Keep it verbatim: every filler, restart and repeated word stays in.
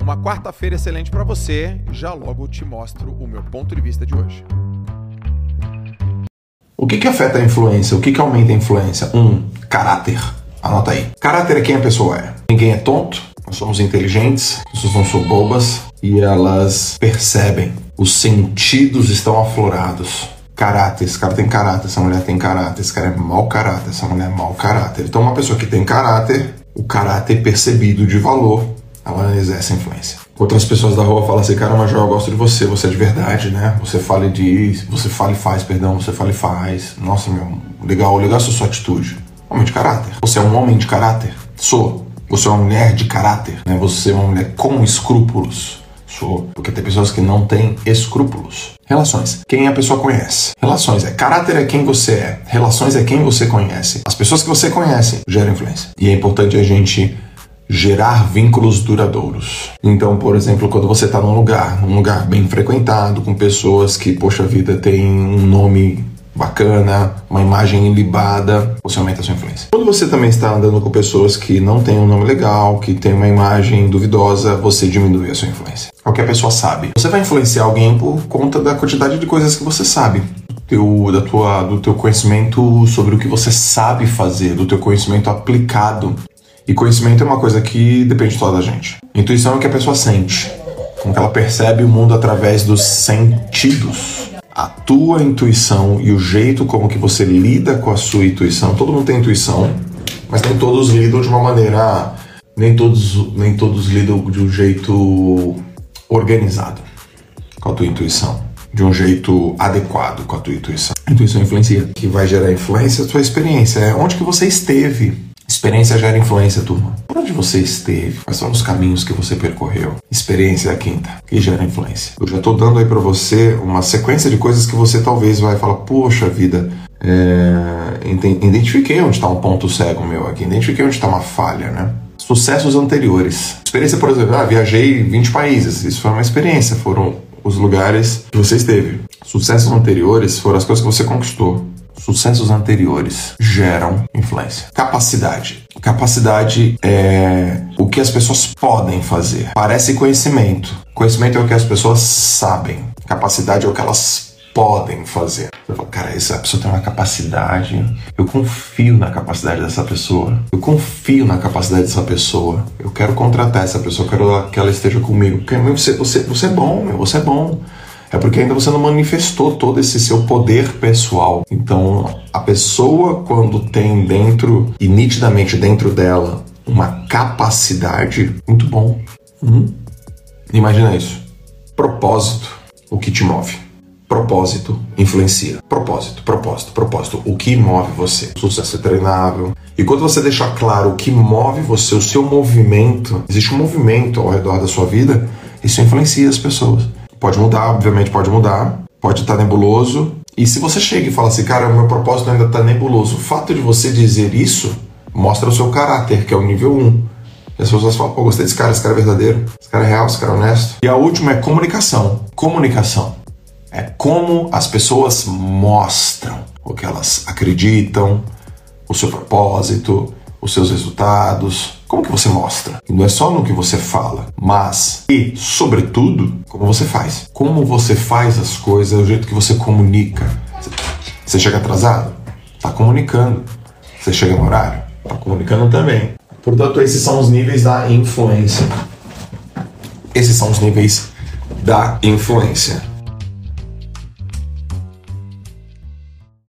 Uma quarta-feira excelente para você. Já logo te mostro o meu ponto de vista de hoje. O que que afeta a influência? O que que aumenta a influência? Um, caráter. Anota aí. Caráter é quem a pessoa é. Ninguém é tonto. Nós somos inteligentes. As pessoas não são bobas. E elas percebem. Os sentidos estão aflorados. Caráter. Esse cara tem caráter. Essa mulher tem caráter. Esse cara é mau caráter. Essa mulher é mau caráter. Então uma pessoa que tem caráter, o caráter percebido de valor, ela exerce influência. Outras pessoas da rua falam assim, cara, mas eu gosto de você, você é de verdade, né? Você fala e diz, você fala e faz, perdão, você fala e faz. Nossa, meu, legal, legal essa sua atitude. Homem de caráter. Você é um homem de caráter? Sou. Você é uma mulher de caráter, né? Você é uma mulher com escrúpulos? Sou. Porque tem pessoas que não têm escrúpulos. Relações. Quem a pessoa conhece. Relações. É caráter é quem você é. Relações é quem você conhece. As pessoas que você conhece geram influência. E é importante a gente gerar vínculos duradouros. Então, por exemplo, quando você está num lugar, num lugar bem frequentado, com pessoas que, poxa vida, tem um nome bacana, uma imagem ilibada, você aumenta a sua influência. Quando você também está andando com pessoas que não têm um nome legal, que tem uma imagem duvidosa, você diminui a sua influência. É o que a pessoa sabe. Você vai influenciar alguém por conta da quantidade de coisas que você sabe. Teu, da tua, do teu conhecimento sobre o que você sabe fazer, do teu conhecimento aplicado. E conhecimento é uma coisa que depende só da gente. Intuição é o que a pessoa sente, como que ela percebe o mundo através dos sentidos. A tua intuição e o jeito como que você lida com a sua intuição, todo mundo tem intuição, mas nem todos lidam de uma maneira, nem todos, nem todos lidam de um jeito organizado com a tua intuição, de um jeito adequado com a tua intuição. A intuição influencia. O que vai gerar influência é a tua experiência, é onde que você esteve. Experiência gera influência, turma. Por onde você esteve? Quais são os caminhos que você percorreu? Experiência é a quinta, que gera influência. Eu já estou dando aí para você uma sequência de coisas que você talvez vai falar, poxa vida, é... identifiquei onde está um ponto cego meu aqui, identifiquei onde está uma falha, né? Sucessos anteriores. Experiência, por exemplo, ah, viajei vinte países. Isso foi uma experiência, foram os lugares que você esteve. Sucessos anteriores foram as coisas que você conquistou. Sucessos anteriores geram influência. Capacidade. Capacidade é o que as pessoas podem fazer. Parece conhecimento. Conhecimento é o que as pessoas sabem. Capacidade é o que elas podem fazer. Você fala, cara, essa pessoa tem uma capacidade. Eu confio na capacidade dessa pessoa. Eu confio na capacidade dessa pessoa. Eu quero contratar essa pessoa. Eu quero que ela esteja comigo. Porque você, você, você é bom, meu, você é bom. É porque ainda você não manifestou todo esse seu poder pessoal. Então, a pessoa, quando tem dentro, e nitidamente dentro dela, uma capacidade, muito bom. Hum? Imagina isso. Propósito, o que te move. Propósito influencia. Propósito, propósito, propósito. O que move você. Sucesso é treinável. E quando você deixar claro o que move você, o seu movimento, existe um movimento ao redor da sua vida, isso influencia as pessoas. Pode mudar, obviamente pode mudar, pode estar nebuloso. E se você chega e fala assim, cara, o meu propósito ainda está nebuloso, o fato de você dizer isso mostra o seu caráter, que é o nível um. E as pessoas falam, pô, gostei desse cara, esse cara é verdadeiro, esse cara é real, esse cara é honesto. E a última é comunicação. Comunicação é como as pessoas mostram o que elas acreditam, o seu propósito, os seus resultados. Como que você mostra? E não é só no que você fala, mas e, sobretudo, como você faz. Como você faz as coisas, é o jeito que você comunica. Você chega atrasado? Tá comunicando. Você chega no horário? Tá comunicando também. Portanto, esses são os níveis da influência. Esses são os níveis da influência.